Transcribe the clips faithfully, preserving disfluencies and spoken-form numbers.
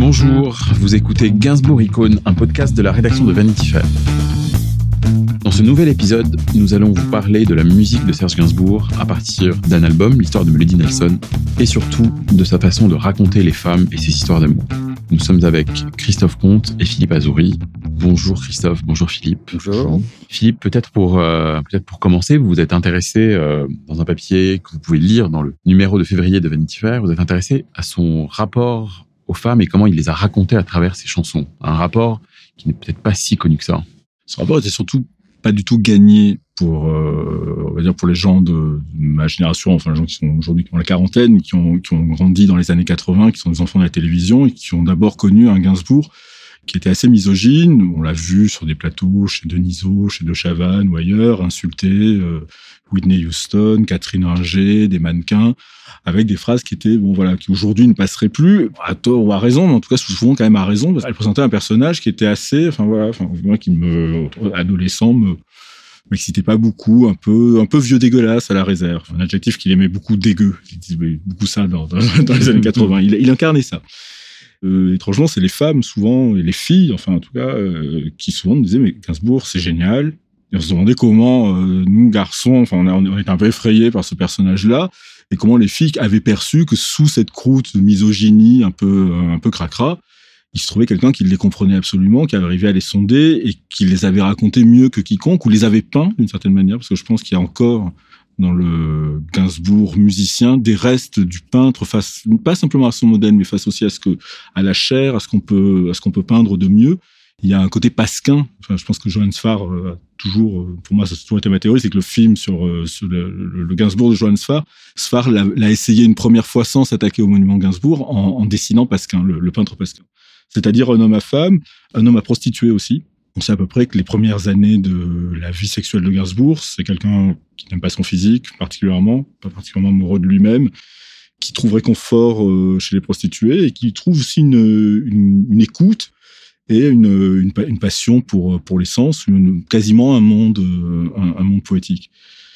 Bonjour, vous écoutez Gainsbourg Icône, un podcast de la rédaction de Vanity Fair. Dans ce nouvel épisode, nous allons vous parler de la musique de Serge Gainsbourg à partir d'un album, l'histoire de Melody Nelson, et surtout de sa façon de raconter les femmes et ses histoires d'amour. Nous sommes avec Christophe Comte et Philippe Azouri. Bonjour Christophe, bonjour Philippe. Bonjour. Philippe, peut-être pour, euh, peut-être pour commencer, vous vous êtes intéressé euh, dans un papier que vous pouvez lire dans le numéro de février de Vanity Fair, vous êtes intéressé à son rapport aux femmes et comment il les a racontées à travers ses chansons. Un rapport qui n'est peut-être pas si connu que ça. Ce rapport était surtout pas du tout gagné pour, euh, on va dire pour les gens de, de ma génération, enfin les gens qui sont aujourd'hui qui ont la quarantaine, qui ont, qui ont grandi dans les années quatre-vingts, qui sont des enfants de la télévision et qui ont d'abord connu un Gainsbourg qui était assez misogyne. On l'a vu sur des plateaux chez Denisot, chez De Chavannes ou ailleurs, insulter euh, Whitney Houston, Catherine Ringer, des mannequins, avec des phrases qui étaient, bon voilà, qui aujourd'hui ne passeraient plus, à tort ou à raison, mais en tout cas souvent quand même à raison, parce qu'elle présentait un personnage qui était assez, enfin voilà, enfin moi qui me, adolescent, me m'excitait pas beaucoup, un peu, un peu vieux dégueulasse à la réserve, un adjectif qu'il aimait beaucoup, dégueu. Il disait beaucoup ça dans, dans, dans les années quatre-vingts. Il, il incarnait ça. Euh, étrangement, c'est les femmes souvent, et les filles, enfin en tout cas, euh, qui souvent nous disaient mais Gainsbourg c'est génial. Et on se demandait comment euh, nous garçons, enfin on, a, on était un peu effrayés par ce personnage-là, et comment les filles avaient perçu que sous cette croûte de misogynie un peu, un peu cracra, il se trouvait quelqu'un qui les comprenait absolument, qui arrivait à les sonder et qui les avait racontés mieux que quiconque, ou les avait peints d'une certaine manière, parce que je pense qu'il y a encore dans le Gainsbourg musicien des restes du peintre face, pas simplement à son modèle, mais face aussi à ce que, à la chair, à ce qu'on peut, à ce qu'on peut peindre de mieux. Il y a un côté pasquin. Enfin, je pense que Johann Sfar a toujours, pour moi, ça a toujours été ma théorie, c'est que le film sur, sur le, le, le Gainsbourg de Johann Sfar, Sfar l'a, l'a essayé une première fois sans s'attaquer au monument Gainsbourg en, en dessinant Pasquin, le, le peintre Pasquin. C'est-à-dire un homme à femme, un homme à prostituée aussi. On sait à peu près que les premières années de la vie sexuelle de Gainsbourg, c'est quelqu'un qui n'aime pas son physique particulièrement, pas particulièrement amoureux de lui-même, qui trouve réconfort chez les prostituées et qui trouve aussi une, une, une écoute et une, une, une passion pour, pour l'essence, une, quasiment un monde, un, un monde poétique.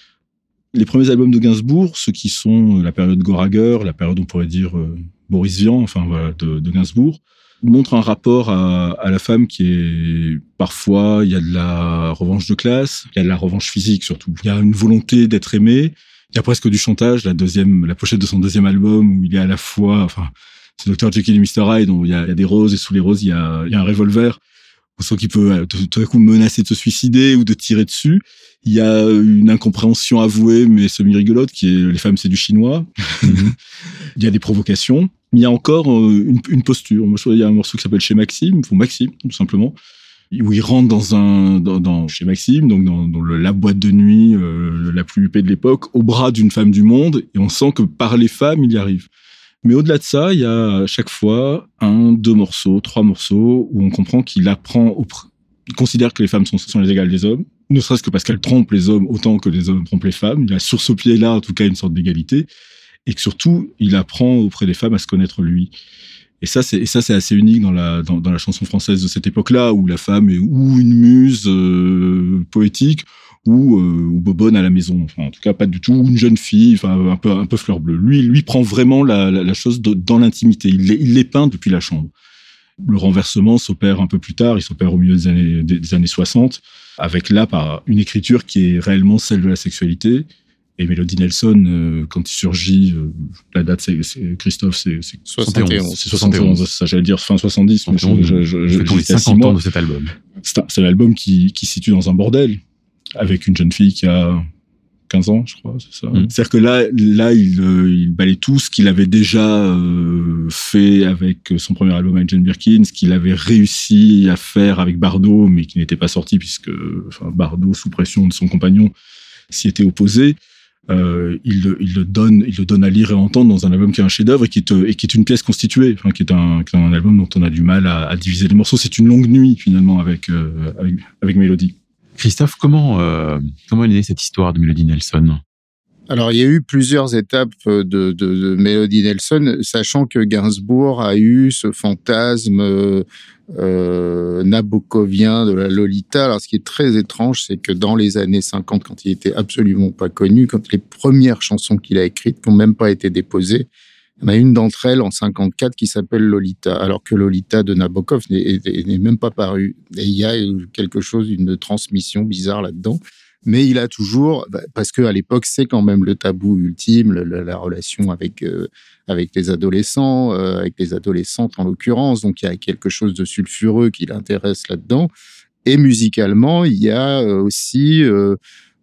Les premiers albums de Gainsbourg, ceux qui sont la période Goraguer, la période on pourrait dire euh, Boris Vian, enfin voilà, de, de Gainsbourg, montre un rapport à, à la femme qui est parfois, il y a de la revanche de classe, il y a de la revanche physique surtout. Il y a une volonté d'être aimé, il y a presque du chantage. La deuxième, la pochette de son deuxième album où il est à la fois, enfin, c'est docteur Jekyll et mister Hyde, donc il y a, il y a des roses et sous les roses il y a, il y a un revolver. On sent qu'il peut tout, tout à coup menacer de se suicider ou de tirer dessus. Il y a une incompréhension avouée mais semi-rigolote qui est les femmes c'est du chinois. Mm-hmm. Il y a des provocations. Mais il y a encore une, une posture. Moi, je trouve qu'il y a un morceau qui s'appelle Chez Maxime, ou Maxime, tout simplement, où il rentre dans un, dans, dans chez Maxime, donc dans, dans le, la boîte de nuit euh, la plus huppée de l'époque, au bras d'une femme du monde, et on sent que par les femmes, il y arrive. Mais au-delà de ça, il y a à chaque fois un, deux morceaux, trois morceaux, où on comprend qu'il apprend, au, il considère que les femmes sont, sont les égales des hommes, ne serait-ce que parce qu'elles trompent les hommes autant que les hommes trompent les femmes. Il y a sur ce pied-là, en tout cas, une sorte d'égalité. Et que surtout, il apprend auprès des femmes à se connaître lui. Et ça, c'est, et ça, c'est assez unique dans la, dans, dans la chanson française de cette époque-là, où la femme est ou une muse euh, poétique, ou, euh, ou bobonne à la maison. Enfin, en tout cas, pas du tout, ou une jeune fille, enfin, un peu, un peu fleur bleue. Lui, lui prend vraiment la, la, la chose de, dans l'intimité. Il les, il les peint depuis la chambre. Le renversement s'opère un peu plus tard, il s'opère au milieu des années, des, des années soixante, avec là, par une écriture qui est réellement celle de la sexualité. Et Melody Nelson, euh, quand il surgit, euh, la date, c'est, c'est Christophe, c'est, c'est soixante et onze. C'est soixante et onze, ça j'allais dire fin soixante-dix. Mais je, je, je, je, je les cinquante ans de cet album. C'est, un, c'est un album qui, qui se situe dans un bordel, avec une jeune fille qui a quinze ans, je crois, c'est ça. Mmh. C'est-à-dire que là, là il, euh, il balaye tout ce qu'il avait déjà euh, fait avec son premier album avec Jane Birkin, ce qu'il avait réussi à faire avec Bardot, mais qui n'était pas sorti, puisque enfin, Bardot, sous pression de son compagnon, s'y était opposé. Euh, il, le, il le donne, il le donne à lire et à entendre dans un album qui est un chef-d'œuvre et qui est, et qui est une pièce constituée, enfin, qui est un, qui est un album dont on a du mal à, à diviser les morceaux. C'est une longue nuit finalement avec euh, avec, avec Melody. Christophe, comment euh, comment est née cette histoire de Melody Nelson ? Alors, il y a eu plusieurs étapes de, de, de Melody Nelson, sachant que Gainsbourg a eu ce fantasme euh, euh, nabokovien de la Lolita. Alors, ce qui est très étrange, c'est que dans les années cinquante, quand il était absolument pas connu, quand les premières chansons qu'il a écrites n'ont même pas été déposées, Il y en a une d'entre elles en cinquante-quatre qui s'appelle Lolita, alors que Lolita de Nabokov n'est, n'est même pas paru. Et il y a quelque chose, une transmission bizarre là-dedans. Mais il a toujours, parce que à l'époque, c'est quand même le tabou ultime, le, la relation avec euh, avec les adolescents, euh, avec les adolescentes en l'occurrence. Donc il y a quelque chose de sulfureux qui l'intéresse là-dedans. Et musicalement, il y a aussi euh,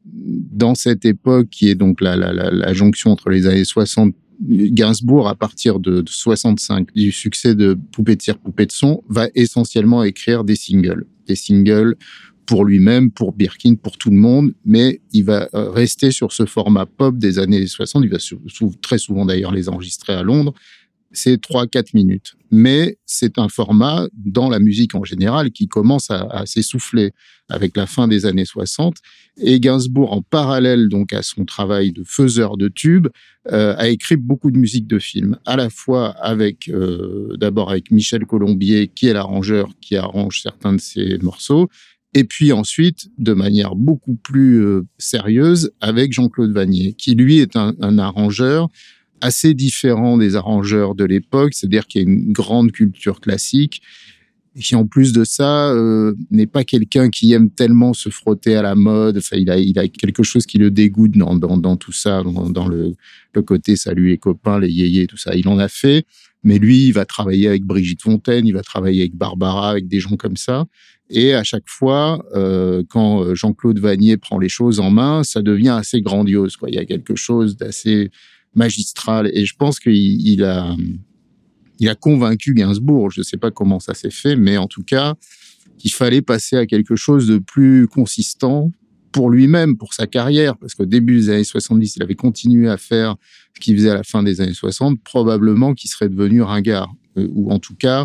dans cette époque qui est donc la, la, la, la jonction entre les années soixante, Gainsbourg, à partir de, de soixante-cinq, du succès de Poupée de cire, Poupée de son, va essentiellement écrire des singles, des singles pour lui-même, pour Birkin, pour tout le monde, mais il va rester sur ce format pop des années soixante. Il va sou- sou- très souvent d'ailleurs les enregistrer à Londres. C'est trois à quatre minutes. Mais c'est un format, dans la musique en général, qui commence à, à s'essouffler avec la fin des années soixante. Et Gainsbourg, en parallèle donc à son travail de faiseur de tubes, euh, a écrit beaucoup de musique de film, à la fois avec, euh, d'abord avec Michel Colombier, qui est l'arrangeur, qui arrange certains de ses morceaux, et puis ensuite, de manière beaucoup plus euh, sérieuse, avec Jean-Claude Vannier, qui lui est un, un arrangeur assez différent des arrangeurs de l'époque, c'est-à-dire qu'il y a une grande culture classique, et qui en plus de ça, euh, n'est pas quelqu'un qui aime tellement se frotter à la mode. Enfin, il a, il a quelque chose qui le dégoûte dans, dans, dans tout ça, dans, dans le, le côté salut les copains, les yéyés, tout ça. Il en a fait, mais lui, il va travailler avec Brigitte Fontaine, il va travailler avec Barbara, avec des gens comme ça. Et à chaque fois, euh, quand Jean-Claude Vannier prend les choses en main, ça devient assez grandiose, quoi. Il y a quelque chose d'assez magistral. Et je pense qu'il il a, il a convaincu Gainsbourg. Je ne sais pas comment ça s'est fait, mais en tout cas, qu'il fallait passer à quelque chose de plus consistant pour lui-même, pour sa carrière. Parce qu'au début des années soixante-dix, il avait continué à faire ce qu'il faisait à la fin des années soixante, probablement qu'il serait devenu ringard. Euh, ou en tout cas,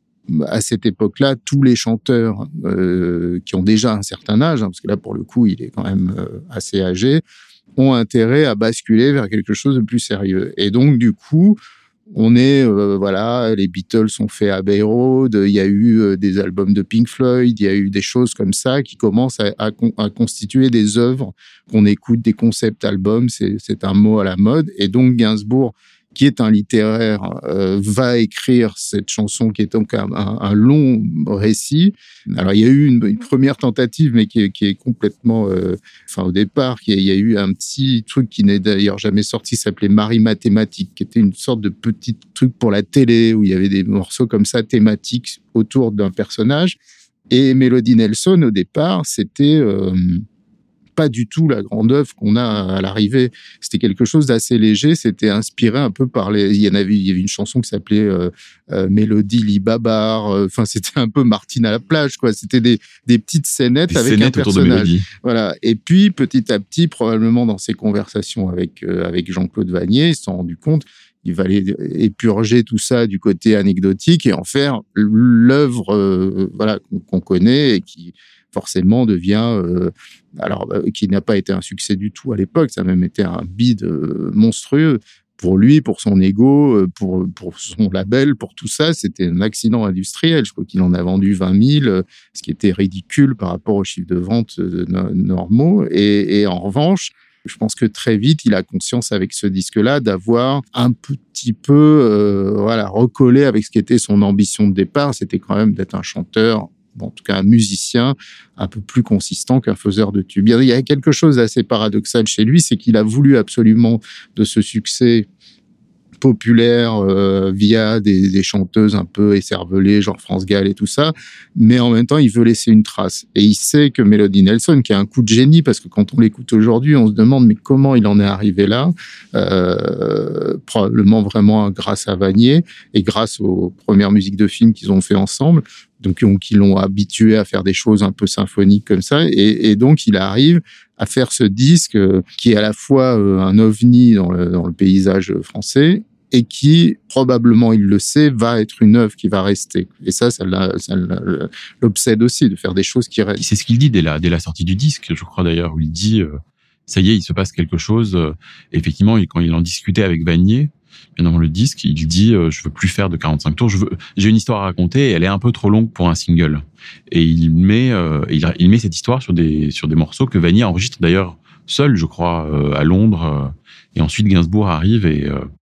à cette époque-là, tous les chanteurs euh, qui ont déjà un certain âge, hein, parce que là, pour le coup, il est quand même euh, assez âgé, ont intérêt à basculer vers quelque chose de plus sérieux. Et donc, du coup, on est, euh, voilà, les Beatles ont fait Abbey Road, il y a eu euh, des albums de Pink Floyd, il y a eu des choses comme ça qui commencent à, à, à constituer des œuvres qu'on écoute, des concept albums, c'est, c'est un mot à la mode. Et donc, Gainsbourg, qui est un littéraire, euh, va écrire cette chanson qui est donc un, un, un long récit. Alors, il y a eu une, une première tentative, mais qui est, qui est complètement... Euh, enfin, au départ, il y, a, il y a eu un petit truc qui n'est d'ailleurs jamais sorti, qui s'appelait Marie Mathématique, qui était une sorte de petit truc pour la télé, où il y avait des morceaux comme ça, thématiques, autour d'un personnage. Et Melody Nelson, au départ, c'était... Euh, pas du tout la grande œuvre qu'on a à l'arrivée. C'était quelque chose d'assez léger. C'était inspiré un peu par les... Il y en avait, il y avait une chanson qui s'appelait euh, euh, Mélodie Libabar. Enfin, c'était un peu Martine à la plage, quoi. C'était des, des petites scénettes des avec scénettes un personnage. De voilà. Et puis, petit à petit, probablement dans ses conversations avec, euh, avec Jean-Claude Vannier, il s'est rendu compte il va aller épurger tout ça du côté anecdotique et en faire l'œuvre euh, voilà, qu'on, qu'on connaît et qui forcément devient, euh, alors euh, qui n'a pas été un succès du tout à l'époque, ça a même été un bide euh, monstrueux pour lui, pour son ego, pour, pour son label, pour tout ça. C'était un accident industriel. Je crois qu'il en a vendu vingt mille, ce qui était ridicule par rapport aux chiffres de vente euh, no- normaux. Et, et en revanche, je pense que très vite, il a conscience avec ce disque-là d'avoir un petit peu euh, voilà, recollé avec ce qui était son ambition de départ. C'était quand même d'être un chanteur, bon, en tout cas un musicien, un peu plus consistant qu'un faiseur de tubes. Il y a quelque chose d'assez paradoxal chez lui, c'est qu'il a voulu absolument de ce succès populaire euh, via des, des chanteuses un peu écervelées, genre France Gall et tout ça, mais en même temps, il veut laisser une trace. Et il sait que Melody Nelson, qui a un coup de génie, parce que quand on l'écoute aujourd'hui, on se demande mais comment il en est arrivé là, euh, probablement vraiment grâce à Vannier et grâce aux premières musiques de films qu'ils ont fait ensemble, donc qui l'ont habitué à faire des choses un peu symphoniques comme ça, et, et donc il arrive à faire ce disque qui est à la fois un ovni dans le, dans le paysage français et qui, probablement, il le sait, va être une œuvre qui va rester. Et ça, ça, l'a, ça l'a, l'obsède aussi, de faire des choses qui restent. C'est ce qu'il dit dès la, dès la sortie du disque, je crois d'ailleurs, où il dit euh, ça y est, il se passe quelque chose. Euh, effectivement, quand il en discutait avec Vannier, bien dans le disque, il dit euh, je veux plus faire de quarante-cinq tours, je veux, j'ai une histoire à raconter et elle est un peu trop longue pour un single. Et il met, euh, il, il met cette histoire sur des, sur des morceaux que Vannier enregistre d'ailleurs seul, je crois, euh, à Londres. Euh, et ensuite, Gainsbourg arrive et, euh,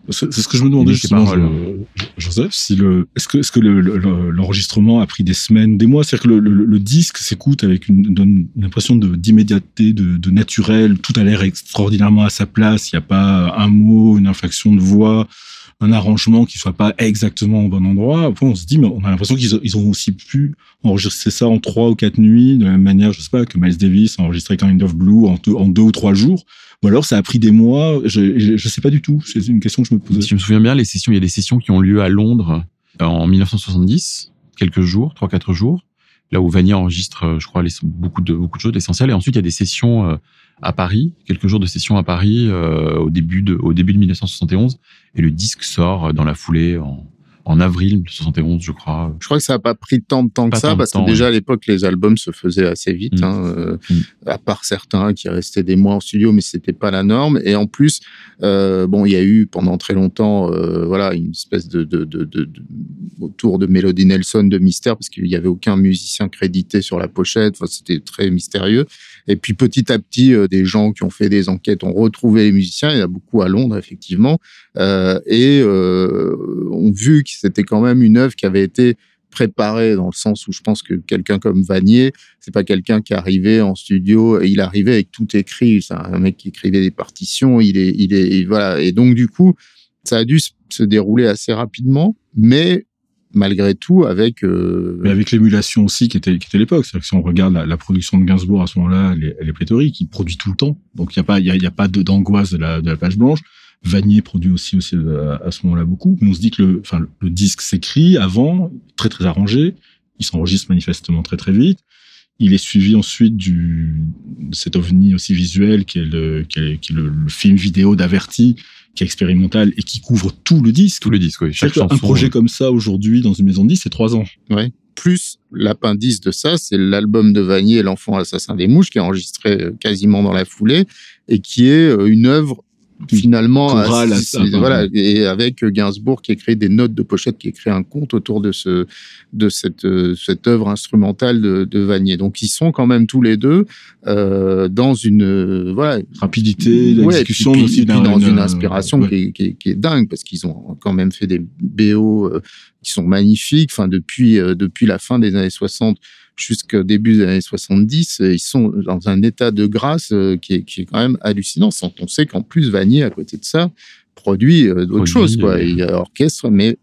C'est, c'est ce que je me demandais justement, je, Joseph, si le, est-ce que, est-ce que le, le, l'enregistrement a pris des semaines, des mois? C'est-à-dire que le, le, le disque s'écoute avec une, une, une impression de, d'immédiateté, de, de naturel, tout a l'air extraordinairement à sa place, il n'y a pas un mot, une inflexion de voix, un arrangement qui soit pas exactement au bon endroit. Après, on se dit, mais on a l'impression qu'ils ont, ils ont aussi pu enregistrer ça en trois ou quatre nuits, de la même manière, je sais pas, que Miles Davis a enregistré Kind of Blue en deux, en deux ou trois jours. Ou alors, ça a pris des mois. Je, je, je sais pas du tout. C'est une question que je me posais. Si je me souviens bien, les sessions, il y a des sessions qui ont lieu à Londres en dix-neuf cent soixante-dix, quelques jours, trois, quatre jours. Là où Vanier enregistre, je crois, les, beaucoup de, beaucoup de choses essentielles. Et ensuite, il y a des sessions, euh, à Paris, quelques jours de sessions à Paris, euh, au début de, au début de dix-neuf cent soixante et onze. Et le disque sort dans la foulée en, en avril soixante et onze, je crois. Je crois que ça n'a pas pris tant de temps pas que ça, parce que temps, déjà ouais. à l'époque, les albums se faisaient assez vite, mmh. hein, euh, mmh. à part certains qui restaient des mois en studio, mais c'était pas la norme. Et en plus, euh, bon, il y a eu pendant très longtemps, euh, voilà, une espèce de, de, de, de, de autour de Melody Nelson de mystère, parce qu'il y avait aucun musicien crédité sur la pochette. Enfin, c'était très mystérieux. Et puis petit à petit, euh, des gens qui ont fait des enquêtes ont retrouvé les musiciens. Il y en a beaucoup à Londres, effectivement, euh, et euh, ont vu que c'était quand même une œuvre qui avait été préparée, dans le sens où je pense que quelqu'un comme Vanier, c'est pas quelqu'un qui arrivait en studio et il arrivait avec tout écrit. C'est un mec qui écrivait des partitions. Il est, il est, voilà. Et donc du coup, ça a dû se dérouler assez rapidement, mais malgré tout, avec... Euh... Mais avec l'émulation aussi qui était, qui était l'époque. C'est-à-dire que si on regarde la, la production de Gainsbourg à ce moment-là, elle est, elle est pléthorique, il produit tout le temps. Donc il n'y a pas, il y a, y a pas de, d'angoisse de la, de la page blanche. Vanier produit aussi, aussi à, à ce moment-là beaucoup. Mais on se dit que le, enfin, le, le disque s'écrit avant, très très arrangé. Il s'enregistre manifestement très très vite. Il est suivi ensuite du, de cet ovni aussi visuel qui est le, qui est, qui est le, le film vidéo d'Averti, qui est expérimental et qui couvre tout le disque. Tout le disque, oui. Chaque chanson, un projet ouais. comme ça aujourd'hui dans une maison de disques, c'est trois ans. Ouais. Plus l'appendice de ça, c'est l'album de Vanier, L'Enfant assassin des mouches, qui est enregistré quasiment dans la foulée et qui est une œuvre finalement chorale, assez, assez, voilà, et avec Gainsbourg qui écrit des notes de pochette, qui écrit un conte autour de ce de cette cette œuvre instrumentale de, de Vanier. Donc ils sont quand même tous les deux euh, dans une voilà rapidité d'exécution, ouais, aussi dans une, une inspiration ouais. qui, est, qui, est, qui est dingue, parce qu'ils ont quand même fait des B O euh, qui sont magnifiques. Enfin depuis euh, depuis la fin des années soixante jusqu'au début des années soixante-dix, ils sont dans un état de grâce qui est, qui est quand même hallucinant. Sans on sait qu'en plus, Vanier, à côté de ça, produit d'autres produit, choses, quoi. Euh... Il orchestre, mais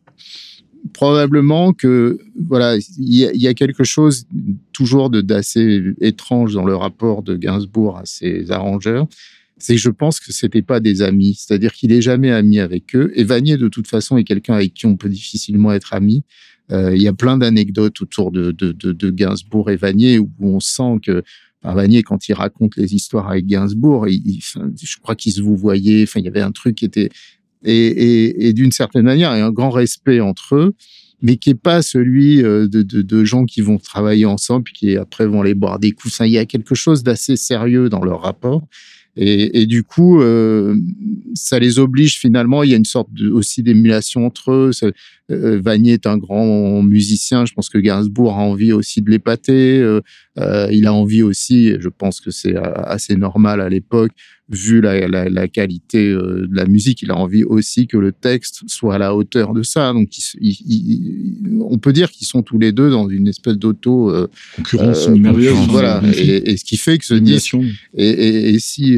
probablement que, voilà, il y a, il y a quelque chose toujours de, d'assez étrange dans le rapport de Gainsbourg à ses arrangeurs. C'est que je pense que c'était pas des amis. C'est-à-dire qu'il est jamais ami avec eux. Et Vanier, de toute façon, est quelqu'un avec qui on peut difficilement être ami. Euh, il y a plein d'anecdotes autour de, de, de, de Gainsbourg et Vanier où on sent que enfin, Vanier, quand il raconte les histoires avec Gainsbourg, il, il, enfin, je crois qu'ils se vous voyaient. Enfin, il y avait un truc qui était et, et, et d'une certaine manière, il y a un grand respect entre eux, mais qui est pas celui de, de, de gens qui vont travailler ensemble puis qui après vont aller boire des coups. Enfin, il y a quelque chose d'assez sérieux dans leur rapport. Et, et du coup, euh, ça les oblige finalement. Il y a une sorte de, aussi d'émulation entre eux. C'est, euh, Vanier est un grand musicien. Je pense que Gainsbourg a envie aussi de l'épater. Euh, euh, il a envie aussi, je pense que c'est assez normal à l'époque, vu la, la, la qualité euh, de la musique, il a envie aussi que le texte soit à la hauteur de ça. Donc, il, il, il, on peut dire qu'ils sont tous les deux dans une espèce d'auto euh, concurrence euh, merveilleuse. Voilà. Et, et ce qui fait que ce disque est, est, est si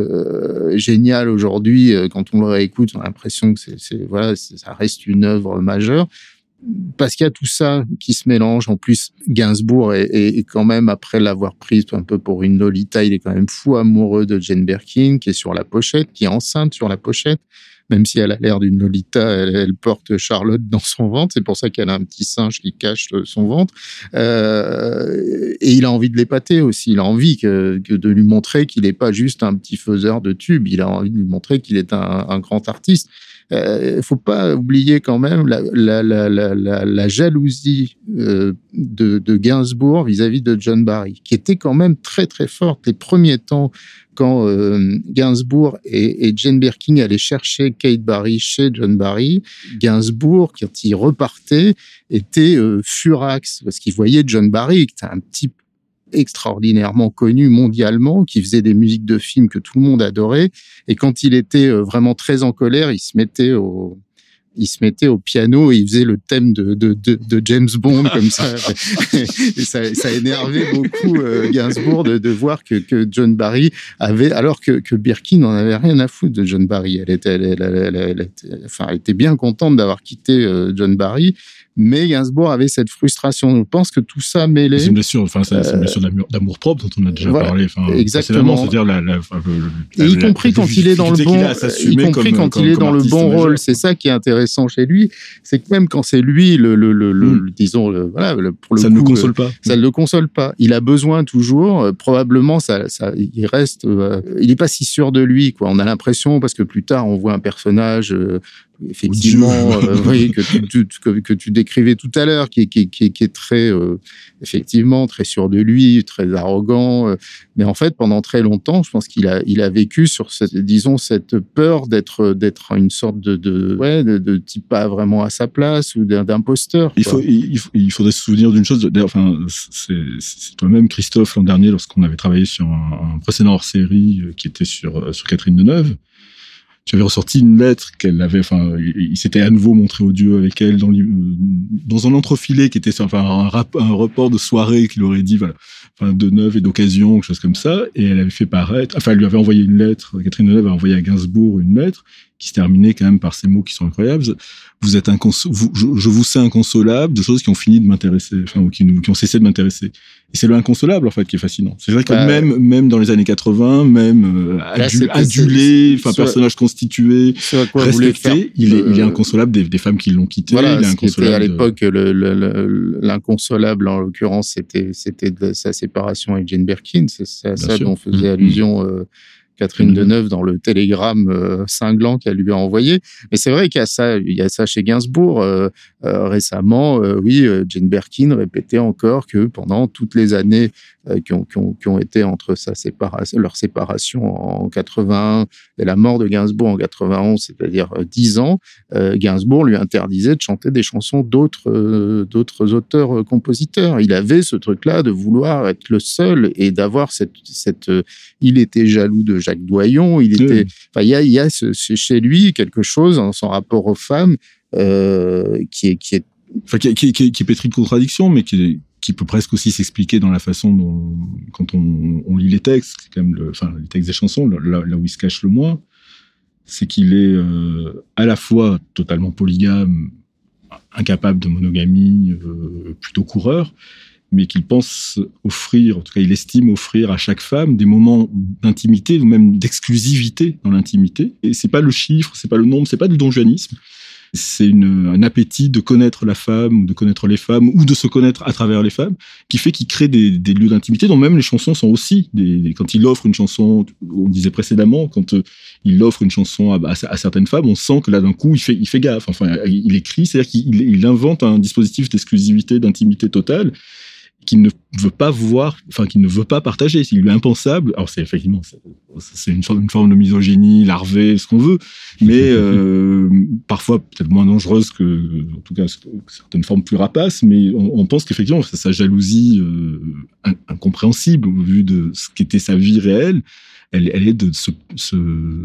euh, génial aujourd'hui, quand on le réécoute, on a l'impression que c'est, c'est voilà, c'est, ça reste une œuvre majeure. Parce qu'il y a tout ça qui se mélange. En plus, Gainsbourg est, est, est quand même, après l'avoir prise un peu pour une Lolita, il est quand même fou amoureux de Jane Birkin, qui est sur la pochette, qui est enceinte sur la pochette. Même si elle a l'air d'une Lolita, elle, elle porte Charlotte dans son ventre. C'est pour ça qu'elle a un petit singe qui cache son ventre. Euh, et il a envie de l'épater aussi. Il a envie que, que de lui montrer qu'il n'est pas juste un petit faiseur de tubes. Il a envie de lui montrer qu'il est un, un grand artiste. Il euh, ne faut pas oublier quand même la, la, la, la, la, la jalousie euh, de, de Gainsbourg vis-à-vis de John Barry, qui était quand même très très forte. Les premiers temps, quand euh, Gainsbourg et, et Jane Birkin allaient chercher Kate Barry chez John Barry, Gainsbourg, quand il repartait, était euh, furax, parce qu'il voyait John Barry, qui était un type extraordinairement connu mondialement, qui faisait des musiques de films que tout le monde adorait. Et quand il était vraiment très en colère, il se mettait au il se mettait au piano et il faisait le thème de, de, de, de James Bond comme ça. Et ça, ça énervait beaucoup euh, Gainsbourg de, de voir que, que John Barry avait, alors que, que Birkin n'en avait rien à foutre de John Barry. Elle était, elle, elle, elle, elle, elle était, enfin, elle était bien contente d'avoir quitté euh, John Barry, mais Gainsbourg avait cette frustration. Je pense que tout ça mêlé. C'est une blessure, enfin, c'est, c'est une blessure d'amour, d'amour propre dont on a déjà voilà, parlé. Enfin, exactement. C'est-à-dire la, la, enfin, le, et y compris la, quand il est dans le bon, y compris comme, quand comme, il est dans le bon rôle. Majeur. C'est ça qui est intéressant chez lui, c'est que même quand c'est lui, le, le, le, le mmh. disons, le, voilà, le, pour le ça coup, ne le console pas. Ça ne le console pas. Il a besoin toujours, euh, probablement, ça, ça, il reste, euh, il n'est pas si sûr de lui, quoi. On a l'impression parce que plus tard, on voit un personnage. Euh, effectivement, euh, oui, que tu, tu, que, que tu décrivais tout à l'heure, qui, qui, qui, qui est très, euh, effectivement, très sûr de lui, très arrogant. Euh, mais en fait, pendant très longtemps, je pense qu'il a, il a vécu sur cette, disons, cette peur d'être, d'être une sorte de, de, ouais, de, de type pas vraiment à sa place ou d'imposteur. Il faut, il, il faudrait se souvenir d'une chose. D'ailleurs, enfin, c'est, c'est toi-même, Christophe, l'an dernier, lorsqu'on avait travaillé sur un, un précédent hors-série qui était sur, sur Catherine Deneuve. Tu avais ressorti une lettre qu'elle avait, enfin, il s'était à nouveau montré odieux avec elle dans, dans un entrefilet qui était, enfin, un, rap, un report de soirée qu'il aurait dit, voilà, enfin, de neuf et d'occasion, quelque chose comme ça, et elle avait fait paraître, enfin, elle lui avait envoyé une lettre, Catherine Deneuve a envoyé à Gainsbourg une lettre qui se terminait quand même par ces mots qui sont incroyables. Vous êtes incons- vous, je, je vous sais inconsolable de choses qui ont fini de m'intéresser, enfin, ou qui nous, qui ont cessé de m'intéresser. Et c'est le inconsolable, en fait, qui est fascinant. C'est vrai que bah, même, même dans les années quatre-vingts, même, euh, là, adu- adulé, enfin, personnage constitué, respecté, il est, euh, il est inconsolable des, des femmes qui l'ont quitté. Voilà, il est inconsolable. À l'époque, le, le, le, l'inconsolable, en l'occurrence, c'était, c'était de sa séparation avec Jane Birkin. C'est, c'est à Bien ça sûr. Dont faisait mmh. allusion, euh, Catherine mmh. Deneuve dans le télégramme euh, cinglant qu'elle lui a envoyé. Mais c'est vrai qu'il y a ça, il y a ça chez Gainsbourg. Euh, euh, récemment, euh, oui, euh, Jane Birkin répétait encore que pendant toutes les années euh, qui, ont, qui, ont, qui ont été entre sa séparation, leur séparation en quatre-vingt-un et la mort de Gainsbourg en quatre-vingt-onze, c'est-à-dire euh, dix ans, euh, Gainsbourg lui interdisait de chanter des chansons d'autres, euh, d'autres auteurs-compositeurs. Il avait ce truc-là de vouloir être le seul et d'avoir cette... cette euh, il était jaloux de Jacques Doyon, il était... Enfin, il y a, il y a ce, chez lui quelque chose dans son rapport aux femmes euh, qui est... Qui est... Enfin, qui, qui, qui, qui est pétri de contradictions, mais qui est... qui peut presque aussi s'expliquer dans la façon dont, quand on, on lit les textes, quand même le, enfin, les textes des chansons, là, là où il se cache le moins, c'est qu'il est euh, à la fois totalement polygame, incapable de monogamie, euh, plutôt coureur, mais qu'il pense offrir, en tout cas il estime offrir à chaque femme des moments d'intimité ou même d'exclusivité dans l'intimité. Et c'est pas le chiffre, c'est pas le nombre, c'est pas du donjuanisme. C'est une, un appétit de connaître la femme, ou de connaître les femmes, ou de se connaître à travers les femmes, qui fait qu'il crée des, des lieux d'intimité dont même les chansons sont aussi. Des, des, quand il offre une chanson, on disait précédemment, quand euh, il offre une chanson à, à, à certaines femmes, on sent que là d'un coup il fait, il fait gaffe. Enfin, il écrit, c'est-à-dire qu'il il invente un dispositif d'exclusivité, d'intimité totale, qu'il ne veut pas voir, enfin, qu'il ne veut pas partager. C'est lui impensable. Alors, c'est effectivement, c'est, c'est une, forme, une forme de misogynie, larvée, ce qu'on veut, mais euh, parfois peut-être moins dangereuse que, en tout cas, certaines formes plus rapaces, mais on, on pense qu'effectivement, c'est sa jalousie euh, incompréhensible au vu de ce qu'était sa vie réelle. Elle, elle est de se, se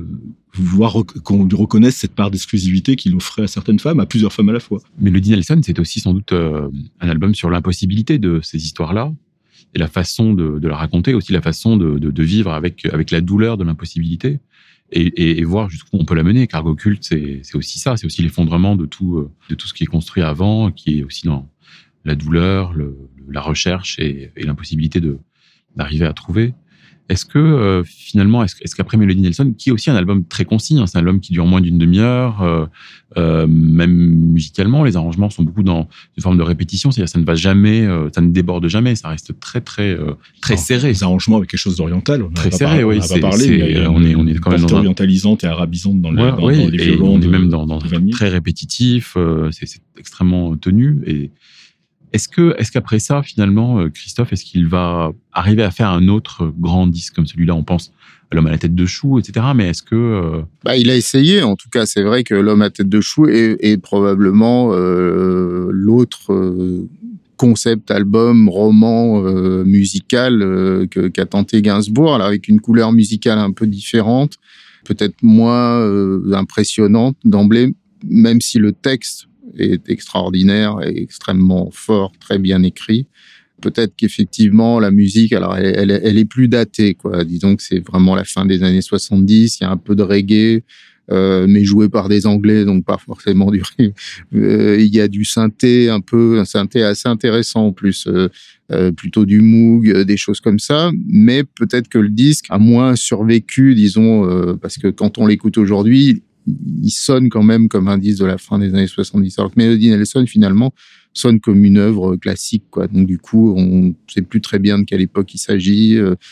vouloir rec- qu'on lui reconnaisse cette part d'exclusivité qu'il offrait à certaines femmes, à plusieurs femmes à la fois. Mélodie Nelson, c'est aussi sans doute euh, un album sur l'impossibilité de ces histoires-là et la façon de, de la raconter, aussi la façon de, de, de vivre avec, avec la douleur de l'impossibilité et, et, et voir jusqu'où on peut la mener. Cargo Cult, c'est, c'est aussi ça, c'est aussi l'effondrement de tout, de tout ce qui est construit avant, qui est aussi dans la douleur, le, la recherche et, et l'impossibilité de, d'arriver à trouver. Est-ce que, euh, finalement, est-ce, est-ce qu'après Mélodie Nelson, qui est aussi un album très concis, hein, c'est un album qui dure moins d'une demi-heure, euh, euh, même musicalement, les arrangements sont beaucoup dans une forme de répétition, c'est-à-dire ça ne va jamais, euh, ça ne déborde jamais, ça reste très, très, euh, très Alors, serré. Les arrangements avec quelque chose d'oriental, on très n'a serré, pas, oui, on c'est, pas parlé, c'est, mais on est, on est quand même dans un... orientalisante et arabisante dans, ouais, les, dans, oui, dans les violons. On de, est même dans, dans de très répétitif, euh, c'est, c'est extrêmement tenu et Est-ce que, est-ce qu'après ça, finalement, Christophe, est-ce qu'il va arriver à faire un autre grand disque comme celui-là? On pense à L'homme à la tête de chou, et cetera. Mais est-ce que... Euh... Bah, il a essayé. En tout cas, c'est vrai que L'homme à tête de chou est, est probablement euh, l'autre... Euh, concept album, roman euh, musical euh, que, qu'a tenté Gainsbourg, alors avec une couleur musicale un peu différente, peut-être moins euh, impressionnante d'emblée, même si le texte est extraordinaire et extrêmement fort, très bien écrit. Peut-être qu'effectivement, la musique, alors elle, elle, elle est plus datée, quoi. Disons que c'est vraiment la fin des années soixante-dix, il y a un peu de reggae, euh, mais joué par des Anglais, donc pas forcément du reggae. Euh, il y a du synthé, un peu, un synthé assez intéressant en plus, euh, euh, plutôt du Moog, euh, des choses comme ça. Mais peut-être que le disque a moins survécu, disons, euh, parce que quand on l'écoute aujourd'hui, il sonne quand même comme un disque de la fin des années soixante-dix. Alors que Melody Nelson, finalement, sonne comme une œuvre classique, quoi. Donc, du coup, on ne sait plus très bien de quelle époque il s'agit.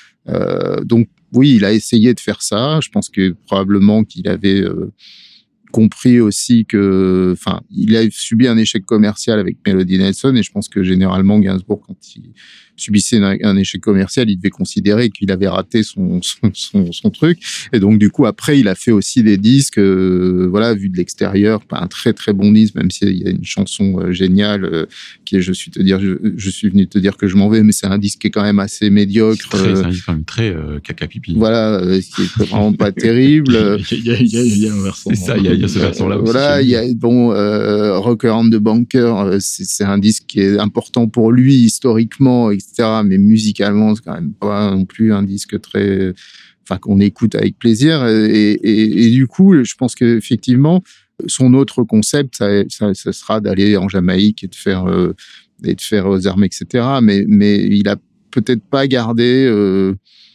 Euh, donc, oui, il a essayé de faire ça. Je pense que probablement qu'il avait euh, compris aussi que... Enfin, il a subi un échec commercial avec Melody Nelson et je pense que généralement, Gainsbourg, quand il subissait un, un échec commercial, il devait considérer qu'il avait raté son, son, son, son truc. Et donc, du coup, après, il a fait aussi des disques, euh, voilà, vu de l'extérieur, pas un très, très bon disque, même s'il y a une chanson euh, géniale euh, qui est je suis, te dire, je, je suis venu te dire que je m'en vais, mais c'est un disque qui est quand même assez médiocre. C'est, très, euh, c'est un disque quand même très euh, caca-pipi. Voilà, euh, qui est vraiment pas terrible. Il y a, il y a, il y a un versant. C'est ça, il y a, il y a ce versant-là aussi. Voilà, il y a, bon, euh, Rocker and the Banker, c'est, c'est un disque qui est important pour lui, historiquement, et cetera. Mais musicalement, c'est quand même pas non plus un disque très, enfin, qu'on écoute avec plaisir. Et, et, et du coup, je pense qu'effectivement, son autre concept, ça, ça, ça sera d'aller en Jamaïque et de faire, euh, et de faire aux armes, et cetera. Mais, mais il a peut-être pas gardé, euh,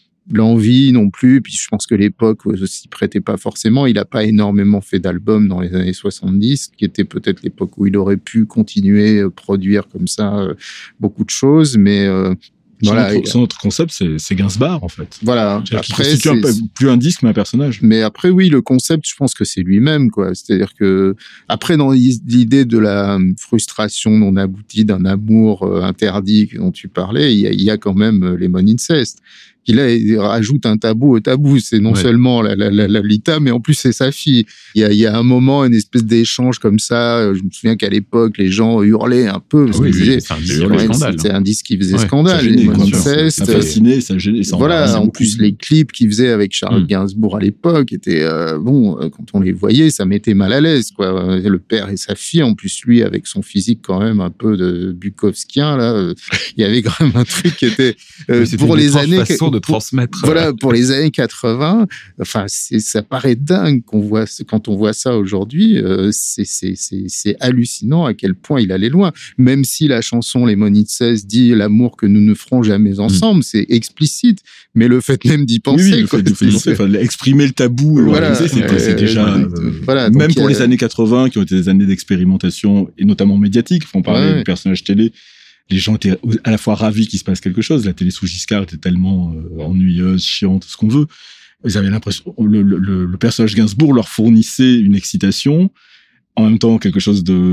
l'envie non plus, puis je pense que l'époque ne s'y prêtait pas forcément. Il n'a pas énormément fait d'albums dans les années soixante-dix, qui était peut-être l'époque où il aurait pu continuer à produire comme ça euh, beaucoup de choses, mais euh, voilà. Son, son autre concept, c'est, c'est Gainsbourg, en fait. Voilà. Après, c'est un peu, plus un disque, mais un personnage. Mais après, oui, le concept, je pense que c'est lui-même, quoi. C'est-à-dire que, après, dans l'idée de la frustration non aboutie d'un amour euh, interdit dont tu parlais, il y a, il y a quand même les Mon Incest. Qui là, il rajoute un tabou au tabou. C'est non ouais. seulement la, la, la, la Lolita, mais en plus, c'est sa fille. Il y a, il y a un moment, une espèce d'échange comme ça. Je me souviens qu'à l'époque, les gens hurlaient un peu. Parce oui, oui, c'est, un, c'est, même, c'était un disque qui faisait ouais, scandale. Ça gênait, ça, ça fascinait, ça gênait. Ça voilà, en plus, les clips qu'il faisait avec Charles mmh. Gainsbourg à l'époque étaient, euh, bon, quand on les voyait, ça mettait mal à l'aise, quoi. Le père et sa fille, en plus, lui, avec son physique quand même un peu de bukowskien, là, euh, il y avait quand même un truc qui était, euh, pour les années... de transmettre. Voilà, pour les années quatre-vingts, enfin, c'est, ça paraît dingue qu'on voit, quand on voit ça aujourd'hui, euh, c'est, c'est, c'est, c'est hallucinant à quel point il allait loin. Même si la chanson Les Mon Incest dit l'amour que nous ne ferons jamais ensemble, mmh. c'est explicite, mais le fait même d'y penser. Oui, oui, quoi, le fait d'y penser, enfin, exprimer le tabou, voilà, c'est, c'est, c'est déjà, euh, euh, voilà, même pour a... les années quatre-vingts, qui ont été des années d'expérimentation, et notamment médiatique, on parlait ouais. du personnage télé, les gens étaient à la fois ravis qu'il se passe quelque chose. La télé sous Giscard était tellement euh, ennuyeuse, chiante, ce qu'on veut. Ils avaient l'impression, le, le, le personnage Gainsbourg leur fournissait une excitation, en même temps quelque chose de,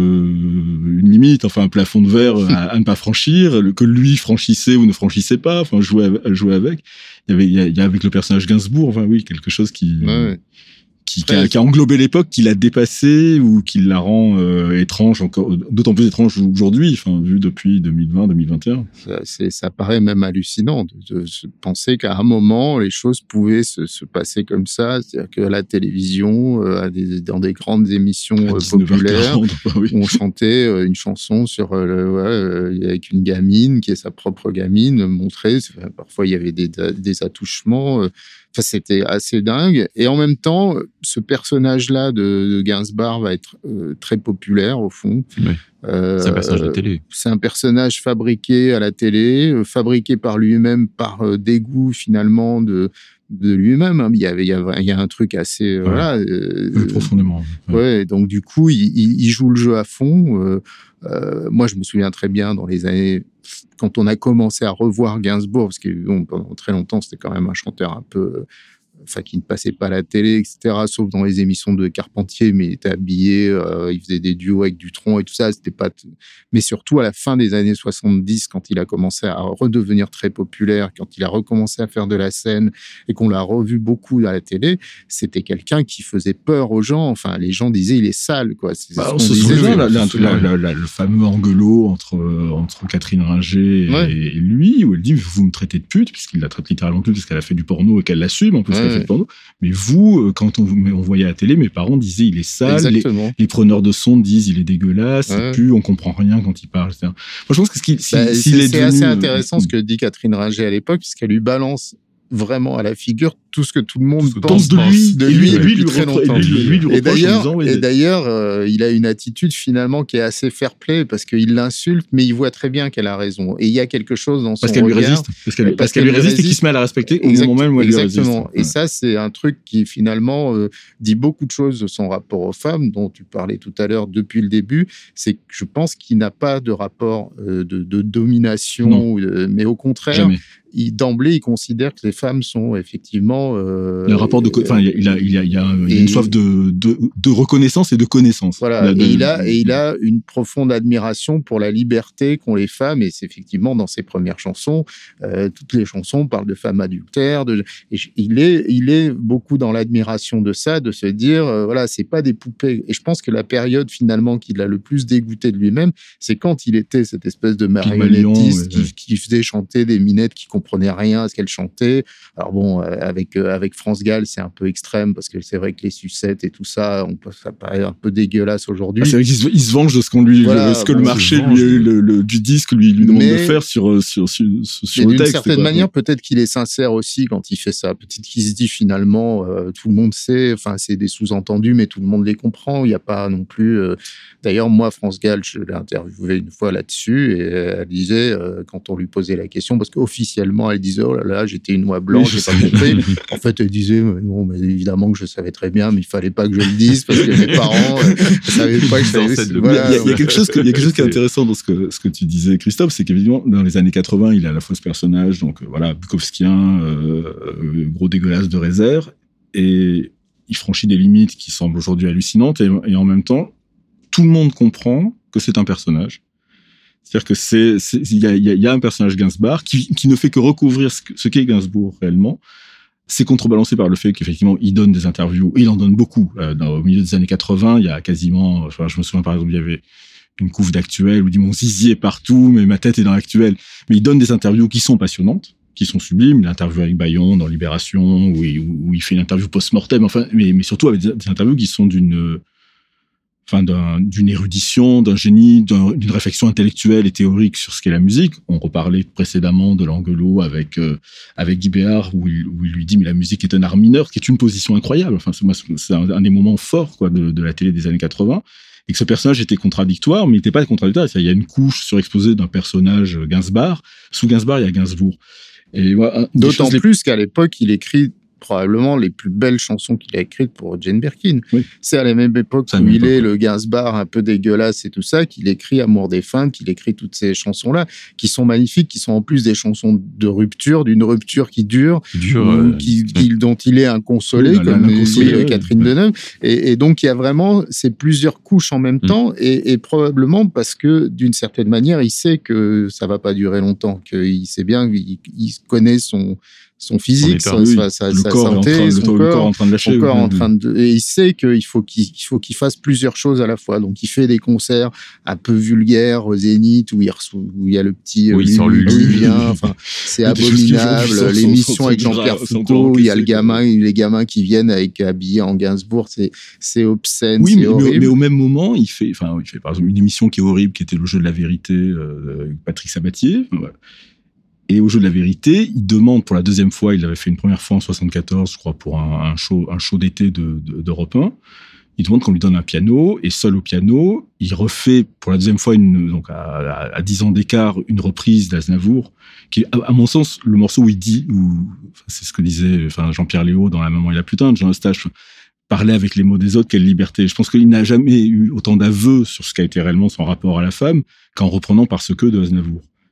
une limite, enfin un plafond de verre à, à ne pas franchir, que lui franchissait ou ne franchissait pas, enfin jouer, jouer avec. Il y avait, il y a avec le personnage Gainsbourg, enfin oui, quelque chose qui... Ouais. Qui, qui, a, qui a englobé l'époque, qui l'a dépassé ou qui la rend euh, étrange, encore, d'autant plus étrange aujourd'hui, enfin, vu depuis deux mille vingt, deux mille vingt et un. Ça, c'est, ça paraît même hallucinant de, de, de penser qu'à un moment, les choses pouvaient se, se passer comme ça. C'est-à-dire qu'à la télévision, euh, à des, dans des grandes émissions euh, populaires, bah oui. on chantait euh, une chanson sur, euh, le, ouais, euh, avec une gamine qui est sa propre gamine, montrée. Enfin, parfois, il y avait des, des attouchements. Euh, Enfin, c'était assez dingue. Et en même temps, ce personnage-là de, de Gainsbourg va être euh, très populaire, au fond. Oui. Euh, c'est un personnage de télé. C'est un personnage fabriqué à la télé, euh, fabriqué par lui-même, par euh, dégoût, finalement, de, de lui-même. Hein. Il y avait, il y a, il y a un truc assez... Euh, ouais. Voilà. Euh, oui, profondément. Ouais. ouais. Donc, du coup, il, il, il joue le jeu à fond. Euh, euh, moi, je me souviens très bien, dans les années... Quand on a commencé à revoir Gainsbourg, parce que bon, pendant très longtemps, c'était quand même un chanteur un peu enfin qui ne passait pas à la télé, et cetera, sauf dans les émissions de Carpentier, mais il était habillé, euh, il faisait des duos avec Dutronc et tout ça, c'était pas... T... Mais surtout à la fin des années soixante-dix, quand il a commencé à redevenir très populaire, quand il a recommencé à faire de la scène et qu'on l'a revu beaucoup à la télé, c'était quelqu'un qui faisait peur aux gens. Enfin, les gens disaient, il est sale, quoi. C'est bah, on se souvient, la, la, la, la, la, le fameux engueulot entre, entre Catherine Ringer ouais. et, et lui, où elle dit, vous me traitez de pute, puisqu'il la traite littéralement de pute, parce qu'elle a fait du porno et qu'elle l'assume, en plus ouais. qu'elle fait du porno. Mais vous, quand on, on voyait à la télé, mes parents disaient, il est sale. Les, les preneurs de son disent, il est dégueulasse, ouais. pue, on comprend rien quand il parle. Moi, je pense que ce qui, si, bah, si c'est, est, c'est devenu, assez intéressant euh, ce que dit Catherine Ringer à l'époque, puisqu'elle lui balance vraiment à la figure tout ce que tout le monde pense de lui, de lui, lui, depuis lui très repro- longtemps. Et, lui, lui, lui et d'ailleurs, disant, ouais, et d'ailleurs euh, il a une attitude finalement qui est assez fair-play parce qu'il l'insulte, mais il voit très bien qu'elle a raison. Et il y a quelque chose dans son parce qu'elle regard, lui résiste, parce qu'elle, parce parce qu'elle qu'elle lui résiste, résiste et qu'il se met à la respecter au exact, moment même où elle lui résiste. Exactement. Et ouais. ça, c'est un truc qui finalement euh, dit beaucoup de choses de son rapport aux femmes, dont tu parlais tout à l'heure depuis le début. C'est que je pense qu'il n'a pas de rapport euh, de, de domination, ou de, mais au contraire. Jamais. Il, d'emblée, il considère que les femmes sont effectivement... Euh, il y a un rapport de... Enfin, il a, il y a, il y a, il y a une soif de, de, de reconnaissance et de connaissance. Voilà, de, et, il a, et il a une profonde admiration pour la liberté qu'ont les femmes, et c'est effectivement dans ses premières chansons, euh, toutes les chansons parlent de femmes adultères, de, et il, est, il est beaucoup dans l'admiration de ça, de se dire, euh, voilà, c'est pas des poupées. Et je pense que la période finalement qu'il a le plus dégoûté de lui-même, c'est quand il était cette espèce de marionnettiste qui, ouais. qui faisait chanter des minettes qui comprenait rien à ce qu'elle chantait. Alors bon, euh, avec euh, avec France Gall, c'est un peu extrême parce que c'est vrai que les sucettes et tout ça, on peut, ça paraît un peu dégueulasse aujourd'hui. Ah, c'est vrai qu'il se, il se venge de ce qu'on lui, voilà, ce que bon, le marché lui, le, le, du disque lui, lui demande mais, de faire sur sur sur, sur le d'une texte. D'une certaine manière, peut-être qu'il est sincère aussi quand il fait ça. Peut-être qu'il se dit finalement, euh, tout le monde sait. Enfin, c'est des sous-entendus, mais tout le monde les comprend. Il n'y a pas non plus. Euh... D'ailleurs, moi, France Gall, je l'ai interviewé une fois là-dessus et elle disait euh, quand on lui posait la question, parce qu'officiellement elle disait oh là là j'étais une oie blanche, oui, j'ai pas compris. En fait elle disait non mais évidemment que je savais très bien, mais il fallait pas que je le dise parce que mes parents euh, savaient pas que je savais. Voilà, il, y a, il y a quelque chose que, il y a quelque chose qui est intéressant dans ce que ce que tu disais Christophe, c'est qu'évidemment dans les années quatre-vingts il a à la fois ce personnage donc euh, voilà bukowskien, euh, euh, gros dégueulasse de réserve, et il franchit des limites qui semblent aujourd'hui hallucinantes, et, et en même temps tout le monde comprend que c'est un personnage. C'est-à-dire que c'est, il y a, y a un personnage Gainsbourg qui, qui ne fait que recouvrir ce, ce qu'est Gainsbourg réellement. C'est contrebalancé par le fait qu'effectivement, il donne des interviews, et il en donne beaucoup. Euh, dans, au milieu des années quatre-vingts, il y a quasiment, enfin, je me souviens par exemple, il y avait une couve d'Actuel où il dit mon zizi est partout, mais ma tête est dans l'Actuel. Mais il donne des interviews qui sont passionnantes, qui sont sublimes. L'interview avec Bayon dans Libération, où il, où il fait une interview post-mortem, enfin, mais, mais surtout avec des, des interviews qui sont d'une, enfin, d'un, d'une érudition, d'un génie, d'un, d'une réflexion intellectuelle et théorique sur ce qu'est la musique. On reparlait précédemment de l'Angelot avec euh, avec Guy Béard, où il, où il lui dit mais la musique est un art mineur, ce qui est une position incroyable. Enfin, c'est, c'est un, un des moments forts quoi de, de la télé des années quatre-vingts. Et que ce personnage était contradictoire, mais il n'était pas contradictoire. Il y a une couche surexposée d'un personnage Gainsbourg. Sous Gainsbourg, il y a Gainsbourg. Et voilà, d'autant plus les... qu'à l'époque, il écrit probablement les plus belles chansons qu'il a écrites pour Jane Birkin. Oui. C'est à la même époque où il est le Gainsbourg un peu dégueulasse et tout ça, qu'il écrit Amour des femmes, qu'il écrit toutes ces chansons-là, qui sont magnifiques, qui sont en plus des chansons de rupture, d'une rupture qui dure, dure euh, qui, qui, dont il est inconsolé, oui, comme dit ouais, Catherine ouais. Deneuve. Et, et donc, il y a vraiment ces plusieurs couches en même mmh. temps, et, et probablement parce que, d'une certaine manière, il sait que ça va pas durer longtemps, qu'il sait bien, il, il connaît son... son physique, sa, sa, sa, sa santé, son corps, le corps en train de lâcher, son corps en train de, et il sait qu'il faut qu'il, qu'il faut qu'il fasse plusieurs choses à la fois. Donc, il fait des concerts un peu vulgaires au Zénith où il, reçoit, où il y a le petit oui, Lulu qui vient. Enfin, c'est abominable. L'émission avec Jean-Pierre Foucault, il y a le gamin, les gamins qui viennent avec habillés en Gainsbourg, c'est, c'est obscène, oui, c'est mais, horrible. Mais au même moment, il fait, enfin, il fait par exemple une émission qui est horrible, qui était Le Jeu de la Vérité, euh, avec Patrick Sabatier. Voilà. Et au Jeu de la Vérité, il demande pour la deuxième fois, il l'avait fait une première fois en soixante-quatorze, je crois, pour un, un show, un show d'été de, de, d'Europe un. Il demande qu'on lui donne un piano, et seul au piano, il refait pour la deuxième fois, une, donc à, à dix ans d'écart, une reprise d'Aznavour, qui est, à, à mon sens, le morceau où il dit, où, enfin, c'est ce que disait, enfin, Jean-Pierre Léaud dans La Maman et la putain de Jean Eustache, parler avec les mots des autres, quelle liberté. Je pense qu'il n'a jamais eu autant d'aveux sur ce qu'a été réellement son rapport à la femme qu'en reprenant Parce que de Aznavour.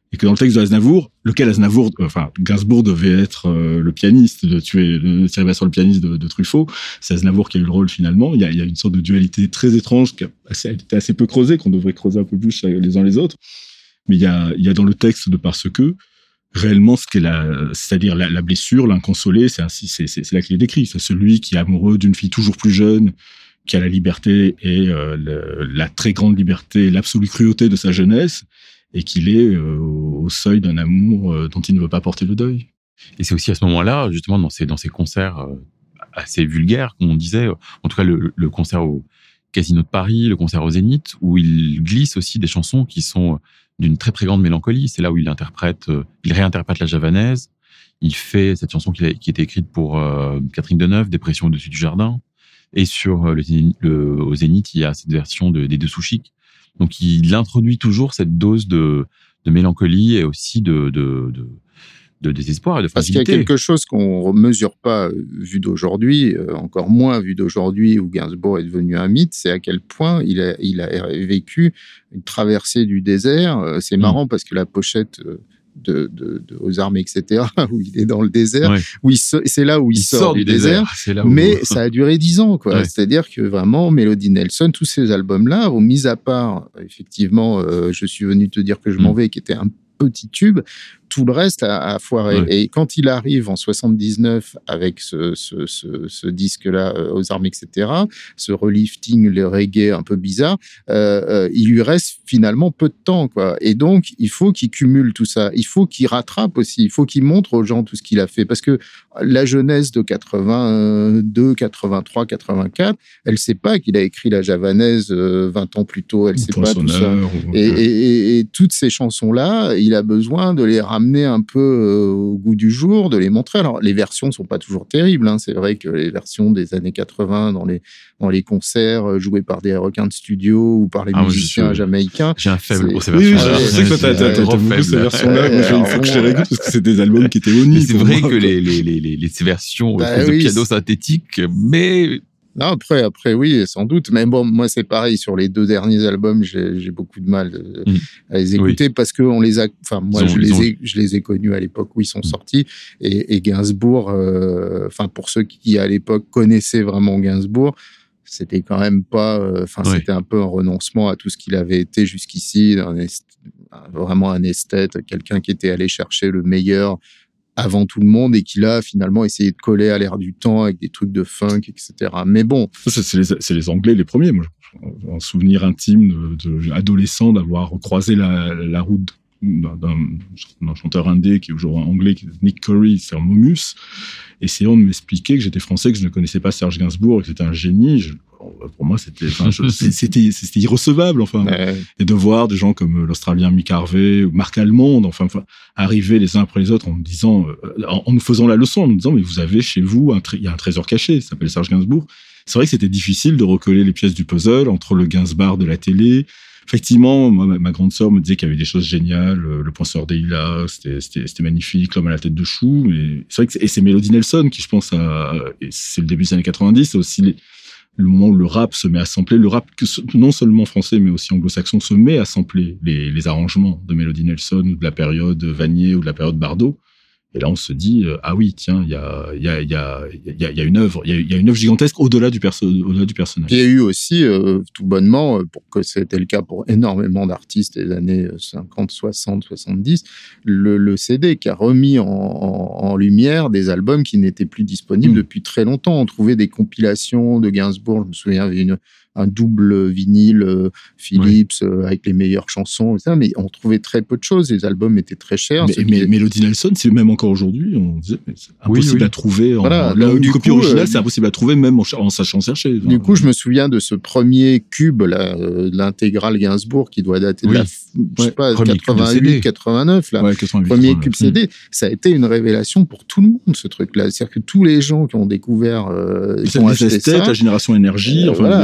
Et que dans le texte de Aznavour, lequel Aznavour, enfin, Gainsbourg devait être euh, le pianiste, de tuer, de tirer sur le pianiste de, de Truffaut. C'est Aznavour qui a eu le rôle finalement. Il y a, il y a une sorte de dualité très étrange qui a assez, été assez peu creusée, qu'on devrait creuser un peu plus les uns les autres. Mais il y a, il y a dans le texte de Parce que, réellement, ce qu'est la, c'est-à-dire la, la blessure, l'inconsolé, c'est ainsi, c'est, c'est, c'est là qu'il est décrit. C'est celui qui est amoureux d'une fille toujours plus jeune, qui a la liberté et euh, le, la très grande liberté, l'absolue cruauté de sa jeunesse, et qu'il est euh, au seuil d'un amour euh, dont il ne veut pas porter le deuil. Et c'est aussi à ce moment-là, justement, dans ces, dans ces concerts euh, assez vulgaires, comme on disait, en tout cas le, le concert au Casino de Paris, le concert au Zénith, où il glisse aussi des chansons qui sont d'une très très grande mélancolie. C'est là où il interprète, euh, il réinterprète la Javanaise. Il fait cette chanson qui, a, qui était écrite pour euh, Catherine Deneuve, Dépression au-dessus du jardin. Et sur le, le, au Zénith, il y a cette version de, des Deux Sous Chic. Donc, il introduit toujours cette dose de, de mélancolie et aussi de, de, de, de désespoir et de fragilité. Parce qu'il y a quelque chose qu'on ne mesure pas vu d'aujourd'hui, euh, encore moins vu d'aujourd'hui où Gainsbourg est devenu un mythe, c'est à quel point il a, il a vécu une traversée du désert. Euh, c'est marrant mmh. parce que la pochette... Euh, De, de, de, aux armes, et cetera, où il est dans le désert, ouais. où il so- c'est là où il, il sort, sort du, du désert, désert où... mais ça a duré dix ans, quoi. Ouais. C'est-à-dire que vraiment, Melody Nelson, tous ces albums-là, ont mis à part, effectivement, euh, Je suis venu te dire que je m'en vais, qui était un petit tube, tout le reste a, a foiré. Ouais. Et quand il arrive en soixante-dix-neuf avec ce, ce, ce, ce disque-là, euh, aux armes, et cetera, ce relifting, le reggae un peu bizarre, euh, euh, il lui reste finalement peu de temps, quoi. Et donc, il faut qu'il cumule tout ça. Il faut qu'il rattrape aussi. Il faut qu'il montre aux gens tout ce qu'il a fait. Parce que la jeunesse de quatre-vingt-deux, quatre-vingt-trois, quatre-vingt-quatre, elle sait pas qu'il a écrit la Javanaise euh, vingt ans plus tôt. Elle sait pas tout ça. Ou... Et, et, et, et toutes ces chansons-là, il a besoin de les ramener un peu euh, au goût du jour, de les montrer. Alors, les versions ne sont pas toujours terribles. Hein. C'est vrai que les versions des années quatre-vingts dans les, dans les concerts euh, joués par des requins de studio ou par les ah, musiciens je, jamaïcains. J'ai un faible c'est... pour ces versions. Oui, je sais que toi, t'as beaucoup ces versions-là. Il faut que je les réécoute parce que c'est des albums qui étaient honnêtes. C'est vrai moi, que les, les, les, les, les, ces versions bah, de oui, piano c'est... synthétique, mais... Non, après, après, oui, sans doute. Mais bon, moi, c'est pareil. Sur les deux derniers albums, j'ai, j'ai beaucoup de mal mmh. à les écouter oui. parce que on les a, enfin, moi, ont, je les ont... ai, je les ai connus à l'époque où ils sont mmh. sortis. Et, et Gainsbourg, enfin, euh, pour ceux qui, à l'époque, connaissaient vraiment Gainsbourg, c'était quand même pas, enfin, euh, oui. c'était un peu un renoncement à tout ce qu'il avait été jusqu'ici, un est, vraiment un esthète, quelqu'un qui était allé chercher le meilleur avant tout le monde et qui là finalement essayé de coller à l'air du temps avec des trucs de funk, et cetera. Mais bon, ça, c'est, les, c'est les Anglais les premiers. Moi, j'ai un souvenir intime de, de adolescent d'avoir croisé la, la route d'un, d'un chanteur indé qui est aujourd'hui anglais, qui est Nick Curry, c'est un Momus, essayant de m'expliquer que j'étais français, que je ne connaissais pas Serge Gainsbourg, et que c'était un génie. Je, pour moi, c'était, enfin, je, c'était, c'était irrecevable, enfin. Ouais. Et de voir des gens comme l'Australien Mick Harvey ou Marc Almond, enfin, enfin, arriver les uns après les autres en me disant, en, en nous faisant la leçon, en nous disant, mais vous avez chez vous, un il y a un trésor caché, ça s'appelle Serge Gainsbourg. C'est vrai que c'était difficile de recoller les pièces du puzzle entre le Gainsbar de la télé. Effectivement, moi, ma, ma grande sœur me disait qu'il y avait des choses géniales, le penseur d'Eila, c'était, c'était, c'était magnifique, l'homme à la tête de chou, mais c'est vrai que c'est, et c'est Melody Nelson qui, je pense, a, et c'est le début des années quatre-vingt-dix, c'est aussi les, le moment où le rap se met à sampler, le rap que, non seulement français, mais aussi anglo-saxon, se met à sampler les, les arrangements de Melody Nelson ou de la période Vanier ou de la période Bardot. Et là, on se dit, euh, ah oui, tiens, il y a, il y a, il y a, il y a, il y a une œuvre, il y a, il y a une œuvre gigantesque au-delà du perso, au-delà du personnage. Il y a eu aussi, euh, tout bonnement, pour que c'était le cas pour énormément d'artistes des années cinquante, soixante, soixante-dix, le, le C D qui a remis en, en, en lumière des albums qui n'étaient plus disponibles mmh. depuis très longtemps. On trouvait des compilations de Gainsbourg, je me souviens, il y avait une, un double vinyle euh, Philips oui. euh, avec les meilleures chansons, et ça, mais on trouvait très peu de choses. Les albums étaient très chers. Mais, mais est... Melody Nelson, c'est même encore aujourd'hui, on disait, mais c'est impossible oui, oui. à trouver. En, voilà, là, une copie coup, originale, euh, c'est impossible à trouver même en, en sachant chercher. Du coup, je me souviens de ce premier cube, là, euh, de l'intégrale Gainsbourg, qui doit dater oui. de la, je ouais. sais pas, quatre-vingt-huit, quatre-vingt-neuf, là. Ouais, quatre-vingt-huit, premier cube C D. Ça a été une révélation pour tout le monde, ce truc-là. C'est-à-dire que tous les gens qui ont découvert, euh, qui ont acheté ça, la génération énergie, euh, enfin, voilà, ils se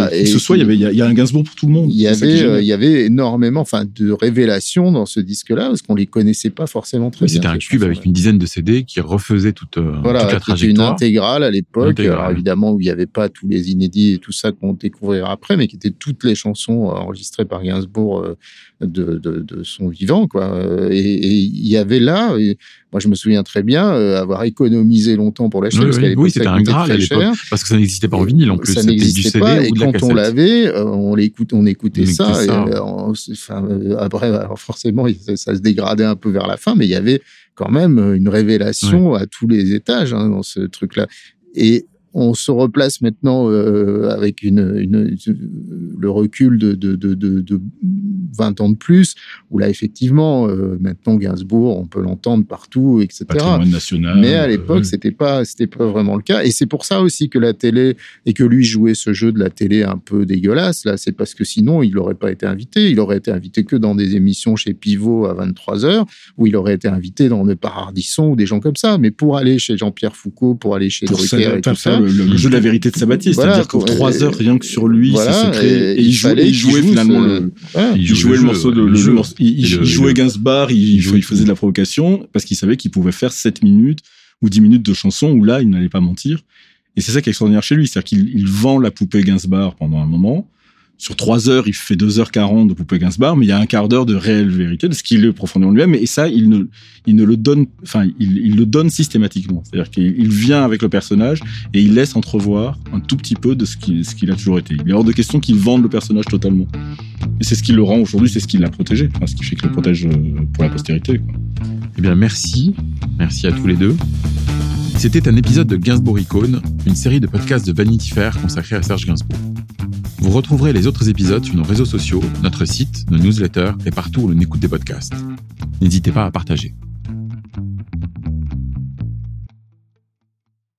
soit, il y avait, il y a, il y a un Gainsbourg pour tout le monde. Il y avait, euh, il y avait énormément, enfin, de révélations dans ce disque-là, parce qu'on les connaissait pas forcément très oui, bien. C'était un cube avec une dizaine de C D qui refaisait toute, euh, voilà, toute la trajectoire. Une intégrale à l'époque, intégrale. Alors évidemment où il n'y avait pas tous les inédits et tout ça qu'on découvrira après, mais qui étaient toutes les chansons enregistrées par Gainsbourg euh, de, de, de son vivant, quoi. Et, et il y avait là, et moi je me souviens très bien euh, avoir économisé longtemps pour l'acheter, oui, parce oui, qu'à l'époque oui, c'était ça un coûtait Graal très à l'époque, cher. parce que ça n'existait pas en vinyle en plus. Ça c'était n'existait du C D pas, ou et de la quand cassette. on l'avait, euh, on l'écoute, on écoutait on ça. écoutait Et, ça. euh, on, enfin, euh, après, alors forcément, ça, ça se dégradait un peu vers la fin, mais il y avait quand même une révélation ouais. à tous les étages hein, dans ce truc-là. Et on se replace maintenant euh, avec une, une, une, le recul de, de, de, de, de vingt ans de plus, où là, effectivement, euh, maintenant, Gainsbourg, on peut l'entendre partout, et cetera. Patrimoine national. Mais à l'époque, euh, c'était pas, c'était pas vraiment le cas. Et c'est pour ça aussi que la télé, et que lui jouait ce jeu de la télé un peu dégueulasse, là, c'est parce que sinon, il n'aurait pas été invité. Il aurait été invité que dans des émissions chez Pivot à vingt-trois heures, où il aurait été invité dans des Parardisson ou des gens comme ça. Mais pour aller chez Jean-Pierre Foucault, pour aller chez Drucker et tout ça, le, le jeu de la vérité de Sabatier, voilà, c'est-à-dire qu'en trois heures, rien que sur lui, voilà, c'est secret. Et, et il, joue, et il jouait finalement ce... le, voilà. il, il jouait le, le morceau de, le, le, le morceau, il, il, il jouait Gainsbourg, il, il, il faisait de la provocation parce qu'il savait qu'il pouvait faire sept minutes ou dix minutes de chanson où là, il n'allait pas mentir. Et c'est ça qui est extraordinaire chez lui, c'est-à-dire qu'il il vend la poupée Gainsbourg pendant un moment. Sur trois heures, il fait deux heures quarante de poupée Gainsbourg, mais il y a un quart d'heure de réelle vérité, de ce qu'il est profondément lui-même. Et ça, il ne, il ne le donne, enfin, il, il le donne systématiquement. C'est-à-dire qu'il il vient avec le personnage et il laisse entrevoir un tout petit peu de ce qu'il, ce qu'il a toujours été. Il est hors de question qu'il vende le personnage totalement. Et c'est ce qui le rend aujourd'hui, c'est ce qui l'a protégé. Enfin, ce qui fait qu'il le protège pour la postérité, quoi. Eh bien, merci. Merci à tous les deux. C'était un épisode de Gainsbourg Icône, une série de podcasts de Vanity Fair consacrée à Serge Gainsbourg. Vous retrouverez les autres épisodes sur nos réseaux sociaux, notre site, nos newsletters et partout où l'on écoute des podcasts. N'hésitez pas à partager.